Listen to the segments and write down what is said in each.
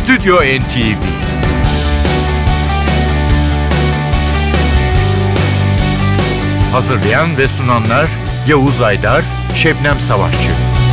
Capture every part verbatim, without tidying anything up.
Stüdyo N T V. Hazırlayan ve sunanlar Yavuz Aydar, Şebnem Savaşçı.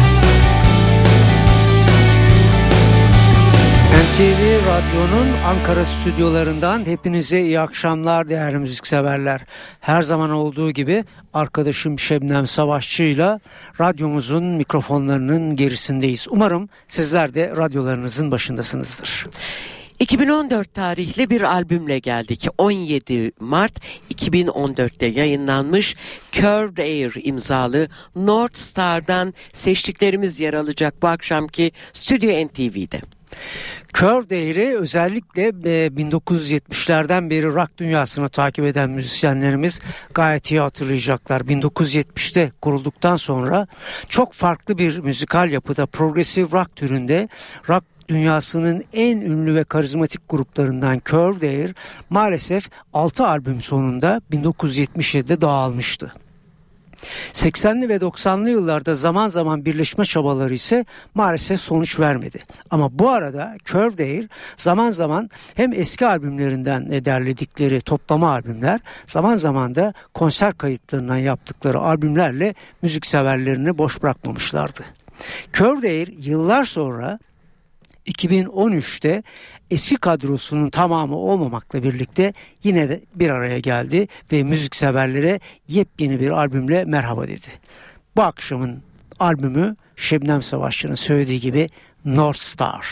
N T V Radyo'nun Ankara stüdyolarından hepinize iyi akşamlar değerli müzikseverler. Her zaman olduğu gibi arkadaşım Şebnem Savaşçı'yla radyomuzun mikrofonlarının gerisindeyiz. Umarım sizler de radyolarınızın başındasınızdır. iki bin on dört tarihli bir albümle geldik. on yedi Mart iki bin on dörtte yayınlanmış Curved Air imzalı North Star'dan seçtiklerimiz yer alacak bu akşamki Stüdyo N T V'de. Curved Air'i özellikle bin dokuz yüz yetmişlerden beri rock dünyasını takip eden müzisyenlerimiz gayet iyi hatırlayacaklar. bin dokuz yüz yetmişte kurulduktan sonra çok farklı bir müzikal yapıda, progressive rock türünde rock dünyasının en ünlü ve karizmatik gruplarından Curved Air maalesef altı albüm sonunda bin dokuz yüz yetmiş yedide dağılmıştı. seksenli ve doksanlı yıllarda zaman zaman birleşme çabaları ise maalesef sonuç vermedi. Ama bu arada Curved Air zaman zaman hem eski albümlerinden derledikleri toplama albümler, zaman zaman da konser kayıtlarından yaptıkları albümlerle müzikseverlerini boş bırakmamışlardı. Curved Air yıllar sonra iki bin on üçte eski kadrosunun tamamı olmamakla birlikte yine de bir araya geldi ve müzikseverlere yepyeni bir albümle merhaba dedi. Bu akşamın albümü Şebnem Savaşçı'nın söylediği gibi North Star.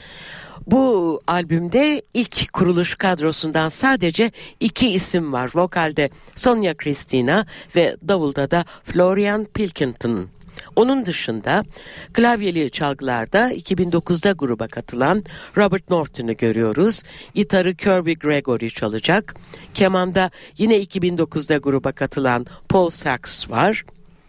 Bu albümde ilk kuruluş kadrosundan sadece iki isim var. Vokalde Sonia Christina ve davulda da Florian Pilkington. Onun dışında klavyeli çalgılarda iki bin dokuzda gruba katılan Robert Norton'u görüyoruz. Gitarı Kirby Gregory çalacak. Kemanda yine iki bin dokuzda gruba katılan Paul Sachs var.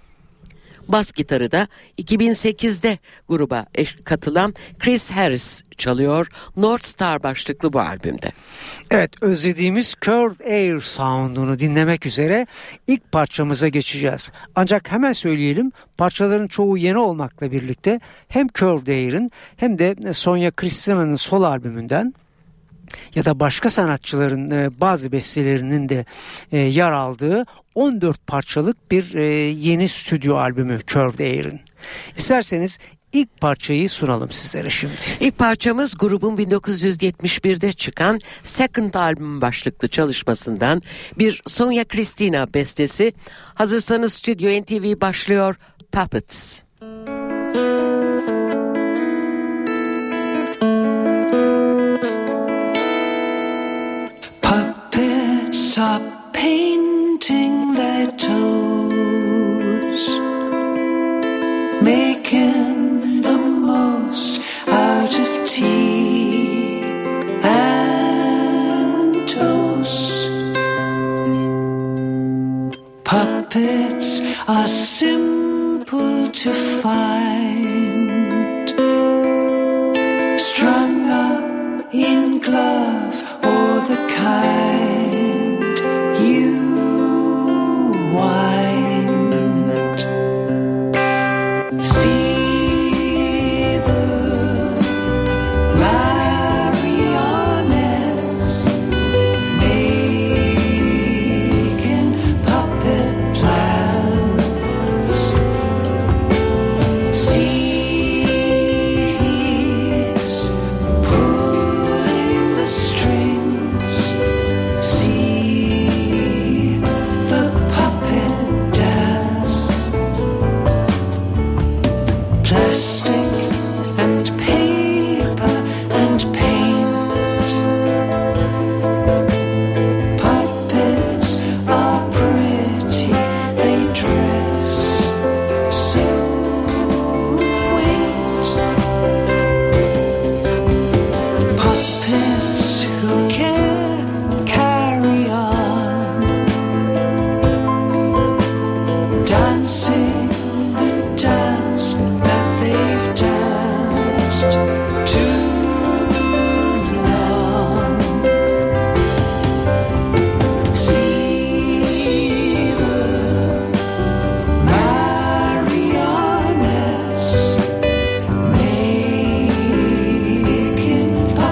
Bas gitarı da iki bin sekizde gruba katılan Chris Harris çalıyor. North Star başlıklı bu albümde. Evet, özlediğimiz Curved Air sound'unu dinlemek üzere ilk parçamıza geçeceğiz. Ancak hemen söyleyelim, parçaların çoğu yeni olmakla birlikte hem Curved Air'in hem de Sonia Christina'nın sol albümünden ya da başka sanatçıların bazı bestelerinin de yer aldığı on dört parçalık bir yeni stüdyo albümü Curved Air'in. İsterseniz ilk parçayı sunalım sizlere şimdi. İlk parçamız grubun bin dokuz yüz yetmiş birde çıkan Second albüm başlıklı çalışmasından bir Sonia Christina bestesi. Hazırsanız Stüdyo N T V başlıyor. Puppets. Puppets are painting their toes, making the most out of tea and toast. Puppets are simple to find, strung up in glove or the kind you wind. See the marionettes making puppet plans. See he's pulling the strings. See the puppet dance. Plastic and paper and paint. Puppets are pretty, they dress so quaint. Puppets who can carry on, dancing the dance that they've danced too long. See the marionettes making puppet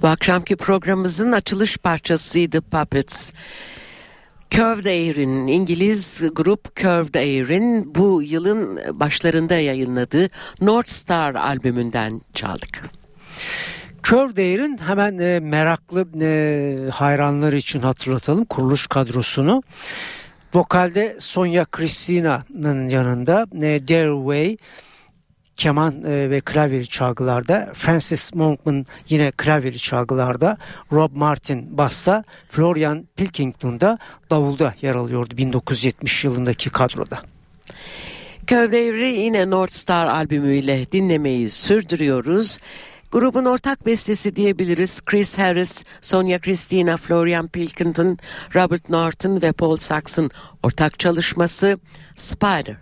Bu akşamki programımızın açılış parçasıydı Puppets. Curved Air'in, İngiliz grup Curved Air'in bu yılın başlarında yayınladığı North Star albümünden çaldık. Curved Air'in hemen e, meraklı e, hayranları için hatırlatalım kuruluş kadrosunu. Vokalde Sonia Christina'nın yanında e, Dare Way keman e, ve klavyeli çalgılarda, Francis Monkman yine klavyeli çalgılarda, Rob Martin basta, Florian Pilkington da davulda yer alıyordu bin dokuz yüz yetmiş yılındaki kadroda. Curved Air'i yine North Star albümüyle dinlemeyi sürdürüyoruz. Grubun ortak bestesi diyebiliriz. Chris Harris, Sonia Christina, Florian Pilkington, Robert Norton ve Paul Saxon ortak çalışması Spider.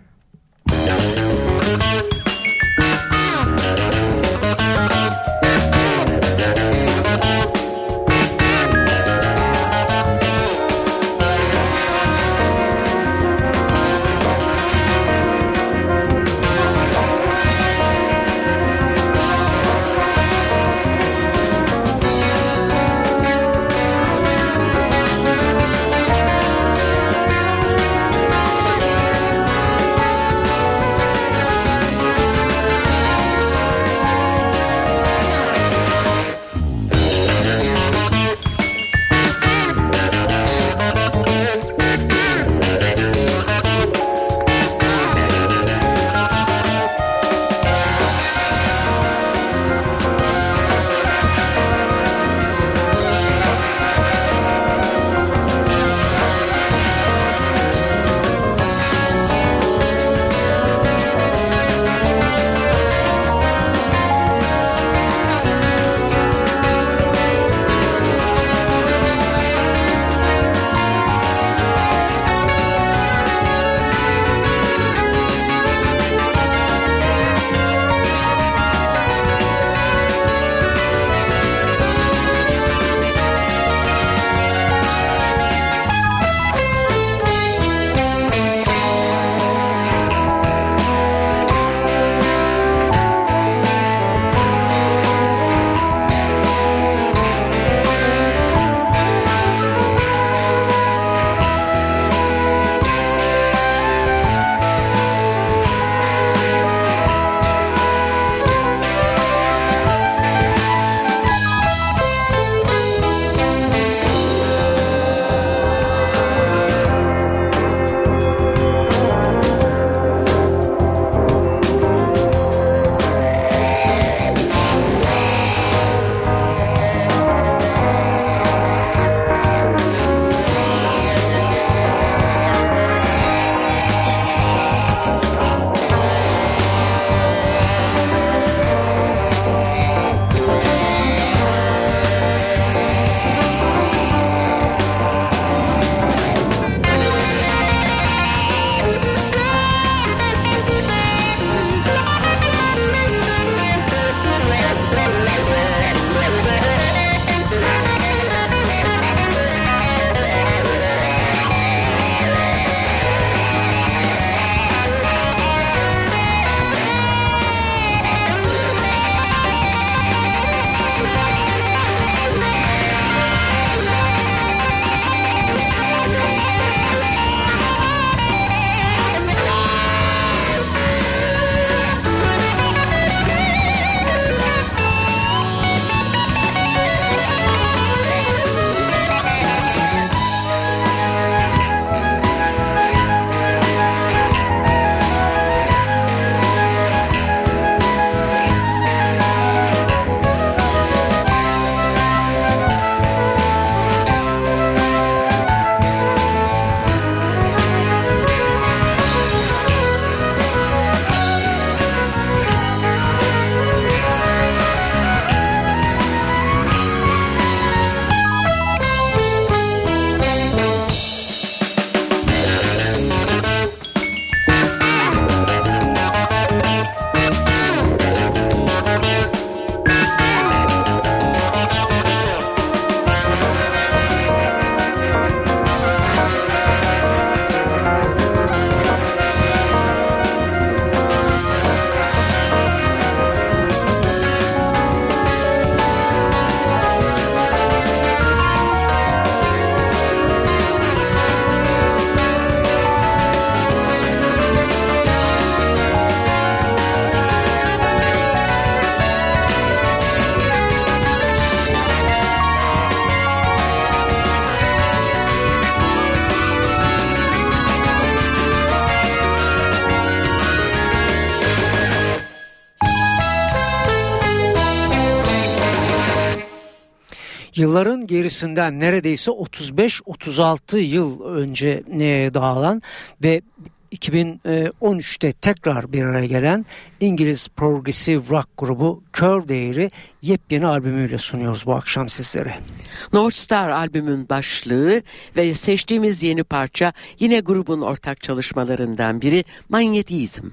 Yılların gerisinden neredeyse otuz beş otuz altı yıl önce e, dağılan ve iki bin on üçte tekrar bir araya gelen İngiliz progressive rock grubu Curve Değeri yepyeni albümüyle sunuyoruz bu akşam sizlere. North Star albümün başlığı ve seçtiğimiz yeni parça yine grubun ortak çalışmalarından biri, Manyetizm.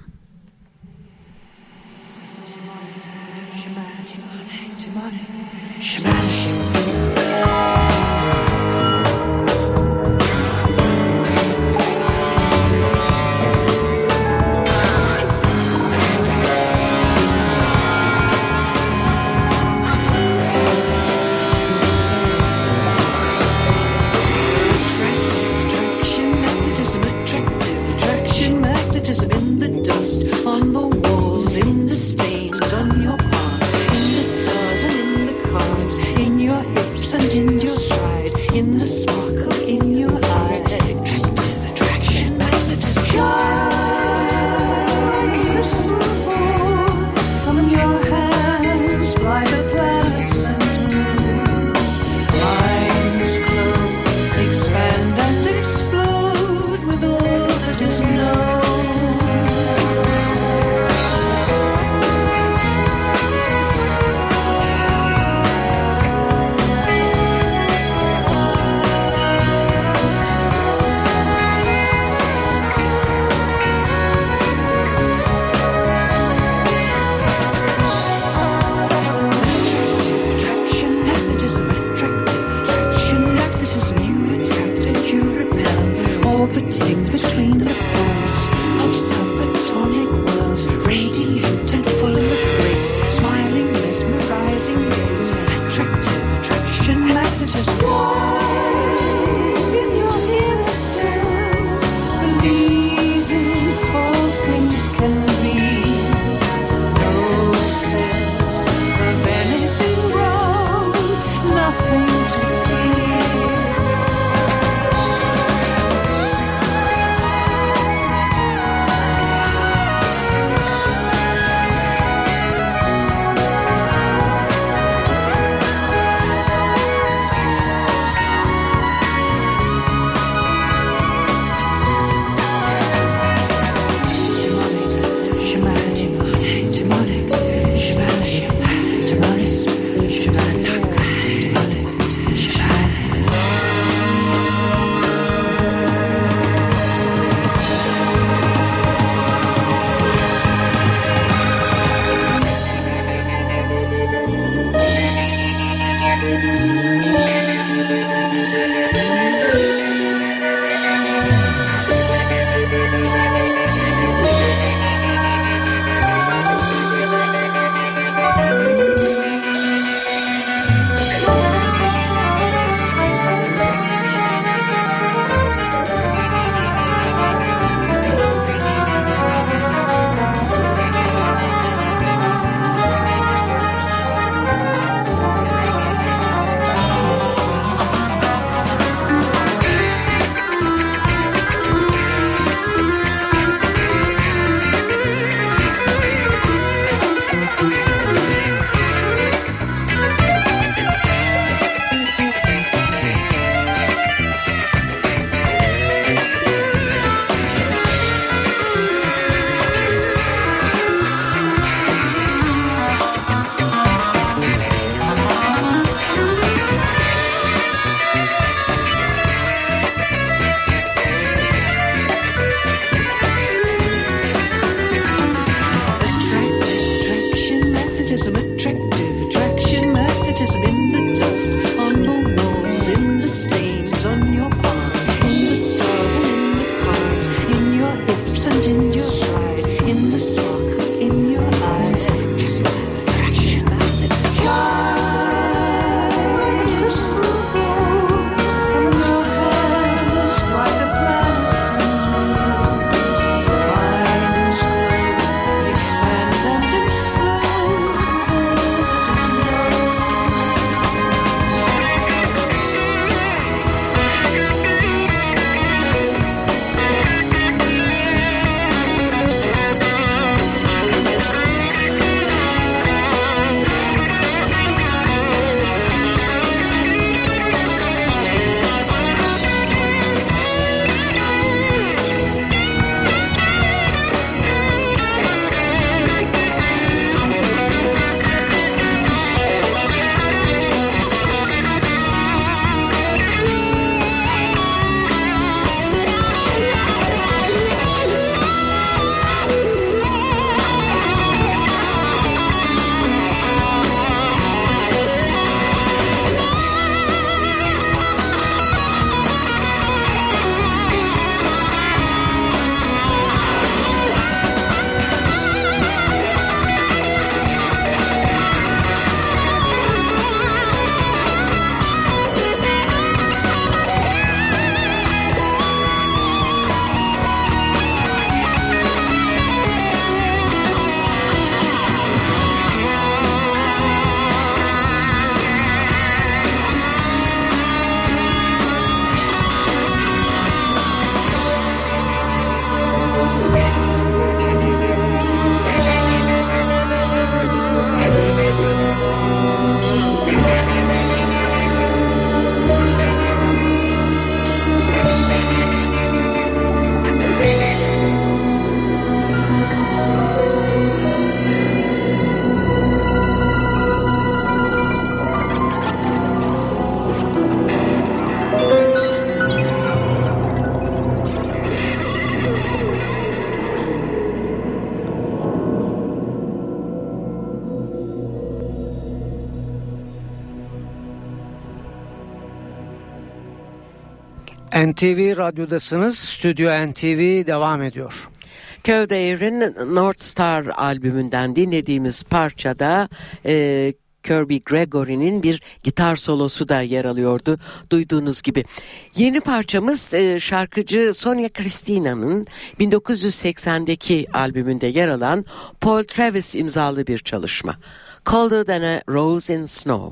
N T V Radyo'dasınız. Stüdyo N T V devam ediyor. Curved Air'in North Star albümünden dinlediğimiz parçada e, Kirby Gregory'nin bir gitar solosu da yer alıyordu duyduğunuz gibi. Yeni parçamız e, şarkıcı Sonia Cristina'nın bin dokuz yüz seksendeki albümünde yer alan Paul Travis imzalı bir çalışma. Colder Than a Rose in Snow.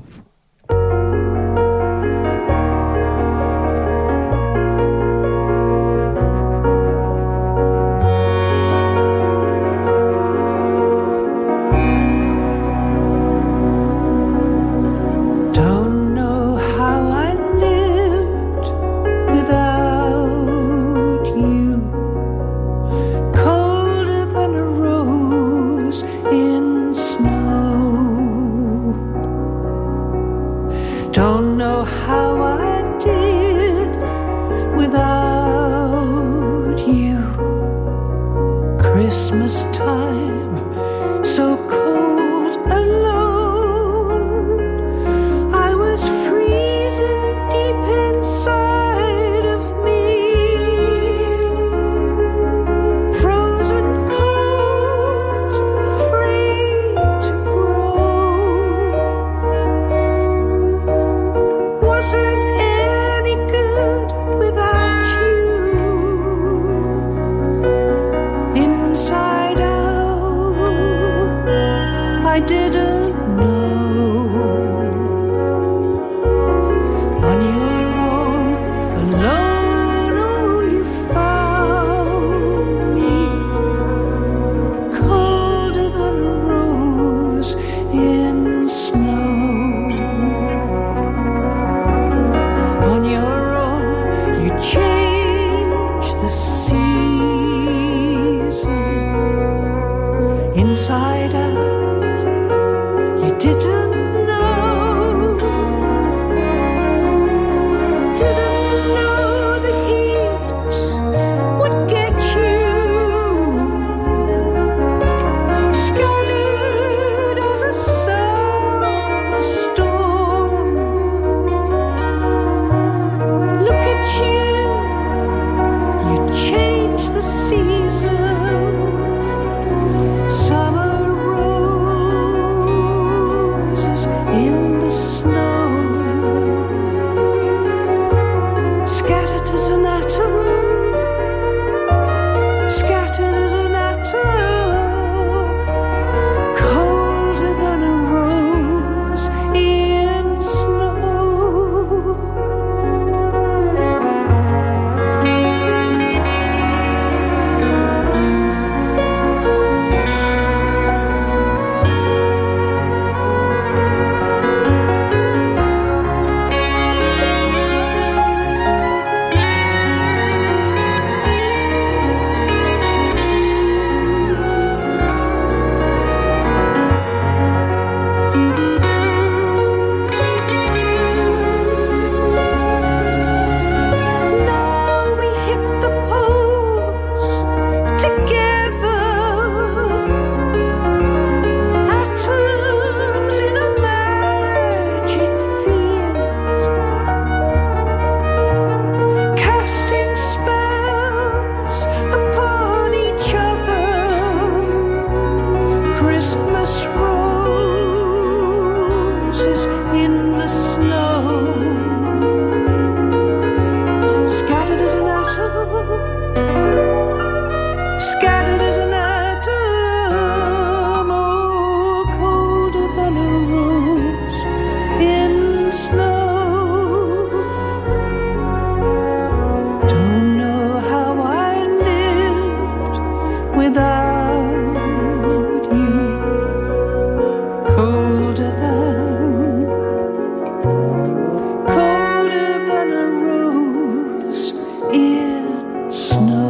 Don't know how I did without you. Christmas time, so cold, alone. I was freezing deep inside of me, frozen cold, afraid to grow. Wasn't any good without you. Inside out, I didn't know. On your own, alone, oh, you found me. Colder than a rose in snow. On your own, you change the season. Inside out, you didn't know. Didn't know the heat would get you. Scattered as a summer storm. Look at you, you change the season. Summer roses in the snow. Scattered as an atom, scattered as an atom. Colder than a rose in snow. Now we hit the poles together, atoms in a magic field, casting spells upon each other. Christmas roses in the snow. Scattered as an atom, scattered as an atom, oh, colder than a rose in snow. Don't know how I lived without you. Colder than, colder than a rose in snow.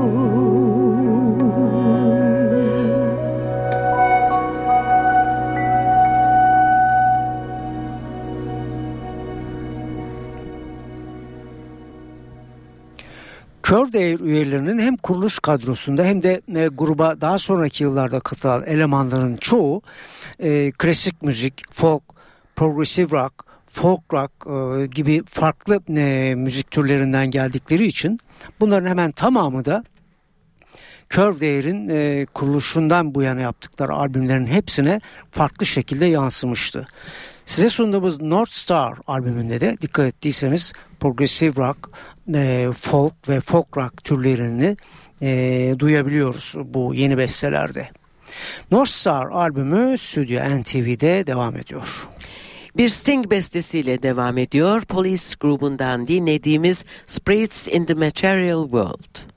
Curved Air üyelerinin hem kuruluş kadrosunda hem de e, gruba daha sonraki yıllarda katılan elemanların çoğu e, klasik müzik, folk, progressive rock, folk rock e, gibi farklı e, müzik türlerinden geldikleri için bunların hemen tamamı da Curved Air'in e, kuruluşundan bu yana yaptıkları albümlerin hepsine farklı şekilde yansımıştı. Size sunduğumuz North Star albümünde de dikkat ettiyseniz progressive rock, e, folk ve folk rock türlerini e, duyabiliyoruz bu yeni bestelerde. North Star albümü Stüdyo N T V'de devam ediyor. Bir Sting bestesiyle devam ediyor. Police grubundan dinlediğimiz Spirits in the Material World.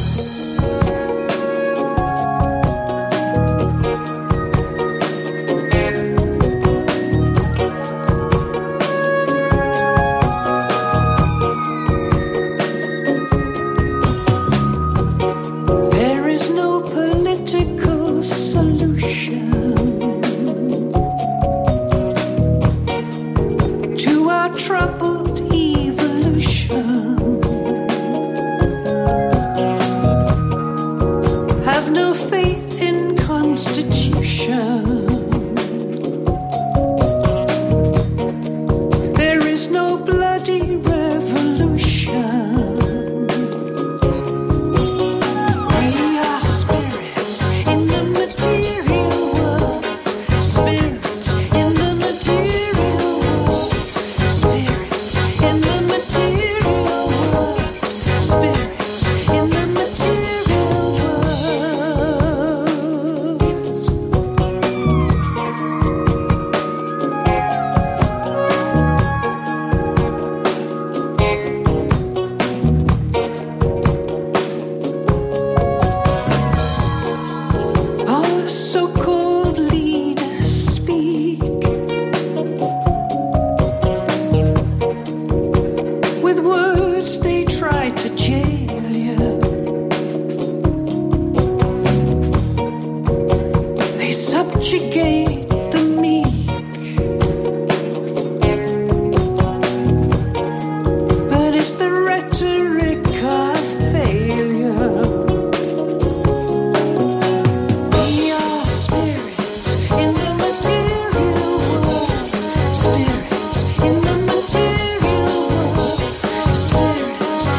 Troubled evolution. Have no faith in constitution. There is no bloody revolution. We are spirits in the material world. Spirits in the material world. Spirits in the material world. Spirits in the material world. Our so-called leaders speak with words they try to jail you. They subjugate the meek. But it's the rhetoric of failure. We are spirits in the material world. Spirits in the material world. Spirits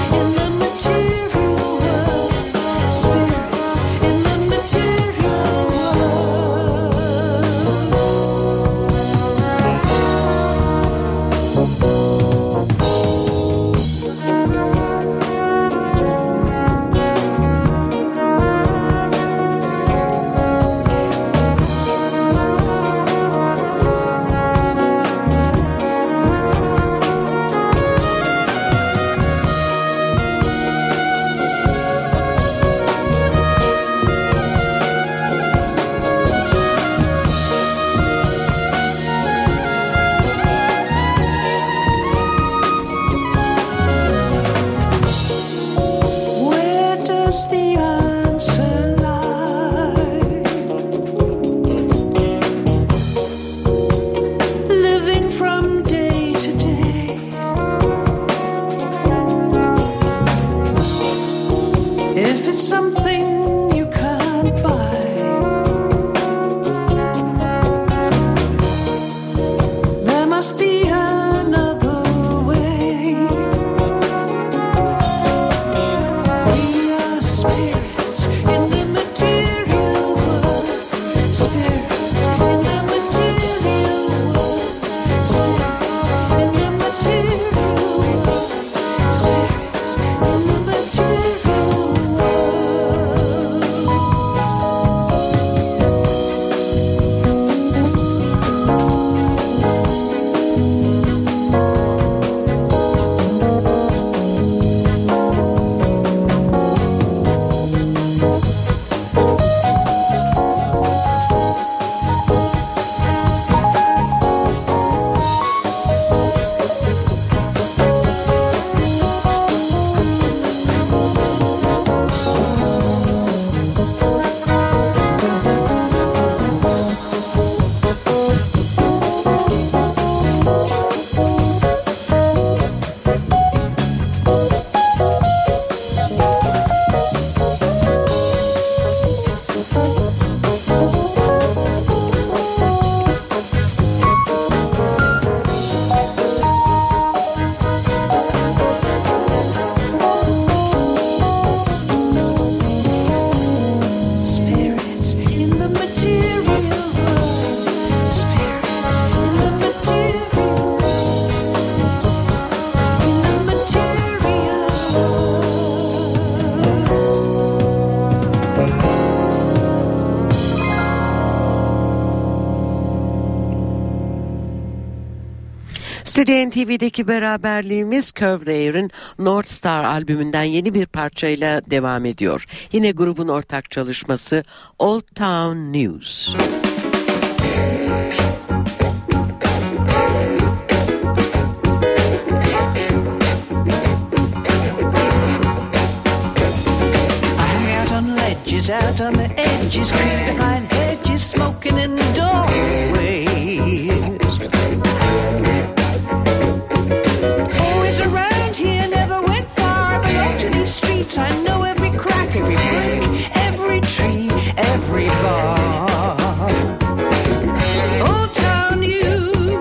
Stüdyo N T V'deki beraberliğimiz Curved Air'in North Star albümünden yeni bir parçayla devam ediyor. Yine grubun ortak çalışması Old Town News. Out on the edges, creep behind hedges, smoking in the doorways. Always around here, never went far. I belong to these streets, I know every crack, every brick, every tree, every bar. Old Town News.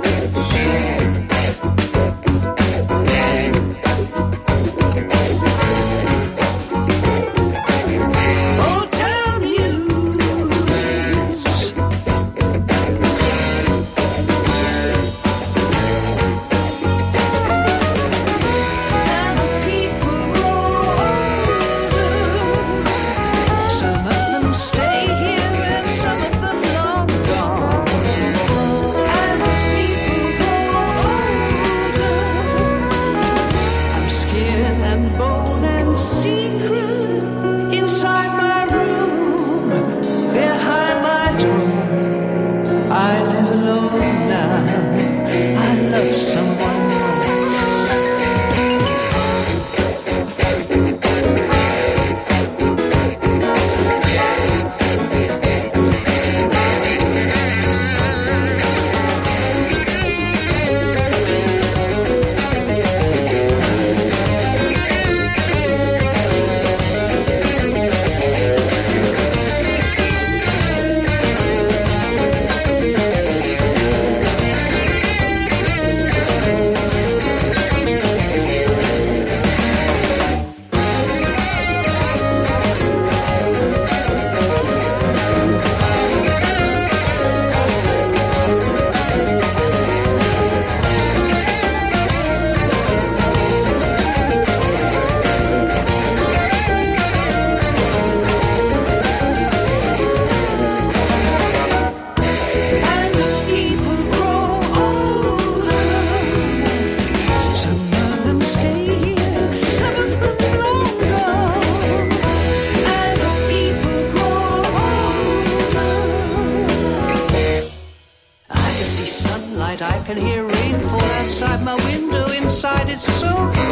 I can hear rainfall outside my window. Inside it's so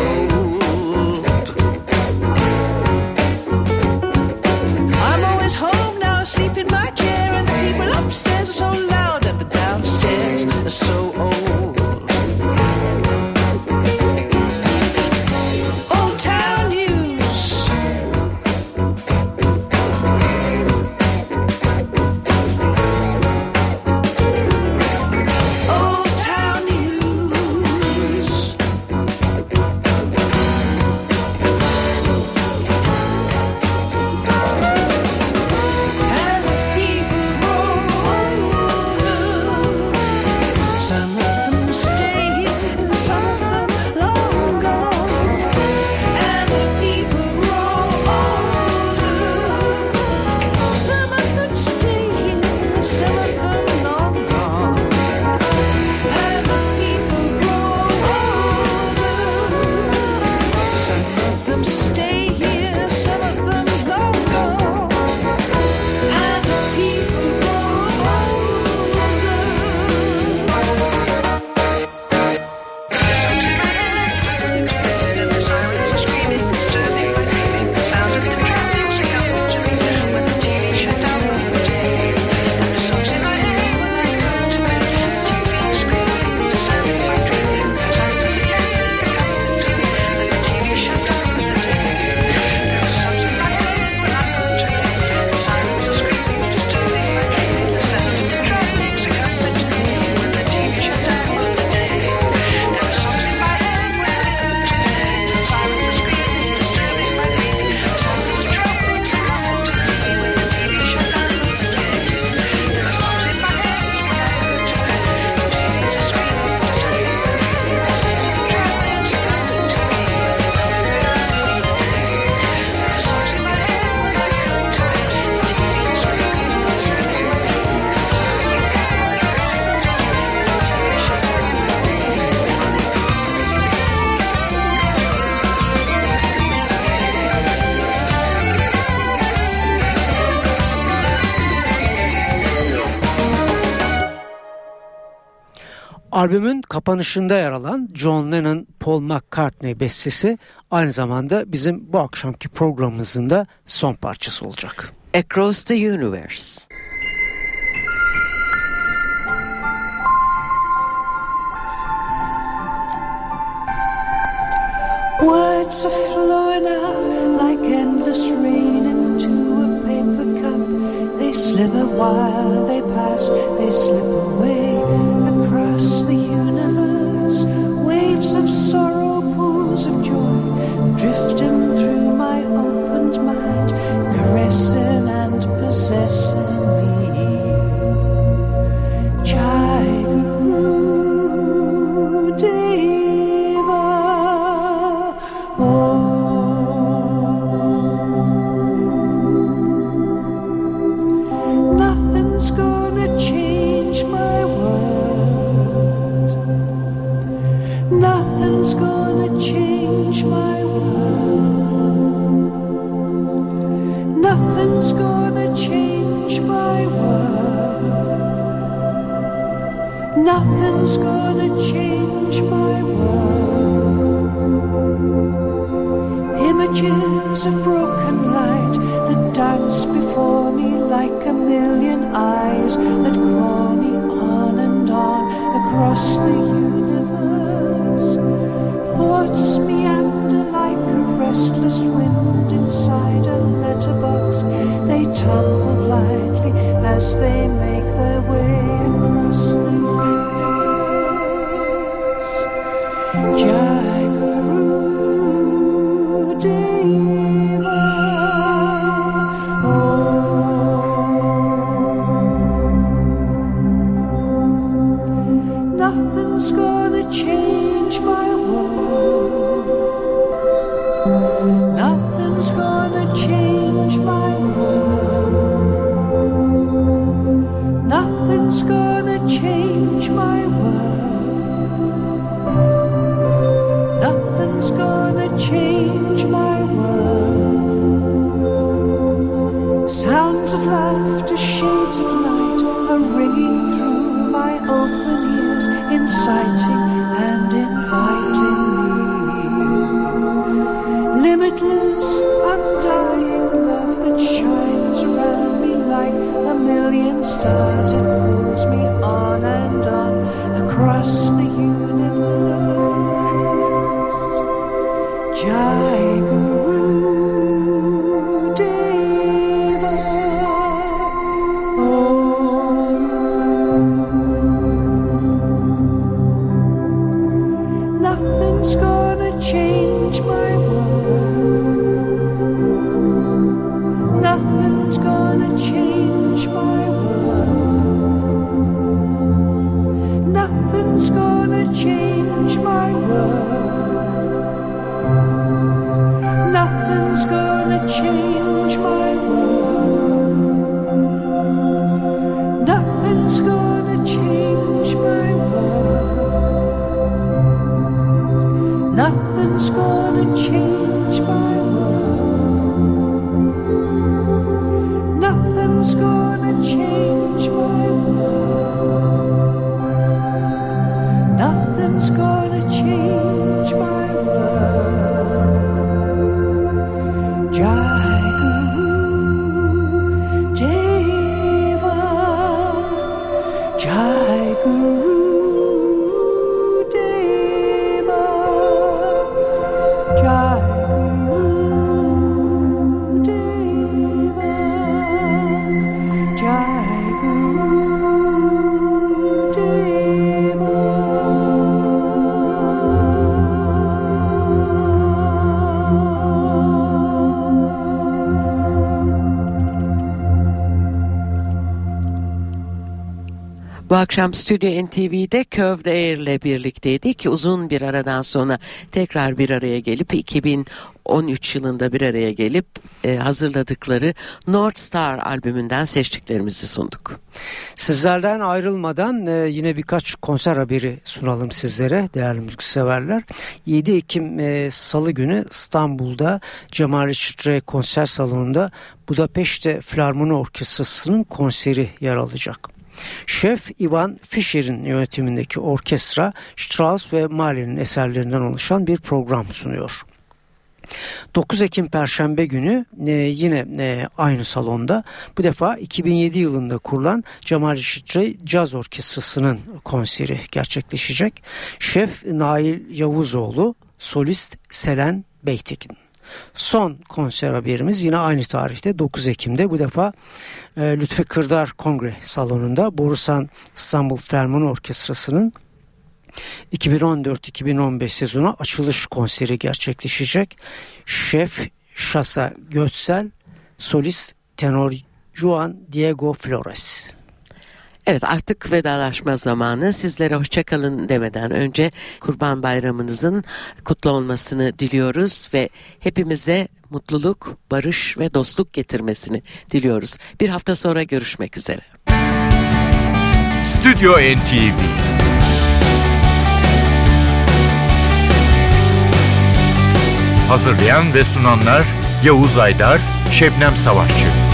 cold. I'm always home now, asleep in my chair, and the people upstairs are so loud, and the downstairs are so old. Old Town News. Old Town News. Albümün kapanışında yer alan John Lennon Paul McCartney bestesi aynı zamanda bizim bu akşamki programımızın da son parçası olacak. Across the Universe. Words are flowing out like endless rain into a paper cup. They slither while they pass, they slip away across the universe. Waves of sorrow, pools of joy, drifting through my opened mind, caressing and possessing me. Jai Guru Deva. Oh. Nothing's gonna change my world. Nothing's gonna change my world. Nothing's gonna change my world. Nothing's gonna change my world. Images of broken light that dance before me like a million eyes that call me on and on across the universe. Thoughts meander like a restless wind inside a letterbox. They tumble lightly as they make their way across the universe. Jai Guru Deva. Nothing's gonna change my world. Nothing's gonna change my world. Nothing's gonna change my world. Nothing's gonna change my world. Sounds of laughter, shades of light are ringing through my open ears, inciting and inviting me. Limitless, undying love that shines around me like a million stars. It pulls me on and on across the universe. Jai Guru Deva. Oh. Nothing's gonna change my world. Nothing's gonna change my world. Nothing's gonna change my world. Nothing's gonna change my world. Nothing's gonna change my world. Nothing's gonna change my world. Nothing's gonna change my world. Nothing's gonna change my world. Jai Guru Deva. Jai Guru Deva. Jai Guru Deva. Jai Guru Bu akşam Stüdyo N T V'de Curved Air ile birlikteydik. Uzun bir aradan sonra tekrar bir araya gelip iki bin on üç yılında bir araya gelip e, hazırladıkları North Star albümünden seçtiklerimizi sunduk. Sizlerden ayrılmadan e, yine birkaç konser haberi sunalım sizlere değerli müzikseverler. yedi Ekim e, Salı günü İstanbul'da Cemal Reşit Rey konser salonunda Budapeşte Filarmoni Orkestrası'nın konseri yer alacak. Şef Ivan Fischer'in yönetimindeki orkestra Strauss ve Mahler'in eserlerinden oluşan bir program sunuyor. dokuz Ekim Perşembe günü e, yine e, aynı salonda bu defa iki bin yedi yılında kurulan Cemal Reşit Rey Caz Orkestrası'nın konseri gerçekleşecek. Şef Nail Yavuzoğlu, solist Selen Beytekin. Son konser haberimiz yine aynı tarihte dokuz Ekim'de bu defa e, Lütfi Kırdar Kongre Salonu'nda Borusan İstanbul Filarmoni Orkestrası'nın iki bin on dört iki bin on beş sezonu açılış konseri gerçekleşecek. Şef Şasa Götsel, solist tenor Juan Diego Flores. Evet, artık vedalaşma zamanı. Sizlere hoşçakalın demeden önce Kurban Bayramınızın kutlu olmasını diliyoruz ve hepimize mutluluk, barış ve dostluk getirmesini diliyoruz. Bir hafta sonra görüşmek üzere. Stüdyo N T V Hazırlayan ve sunanlar Yavuz Aydar, Şebnem Savaşçı.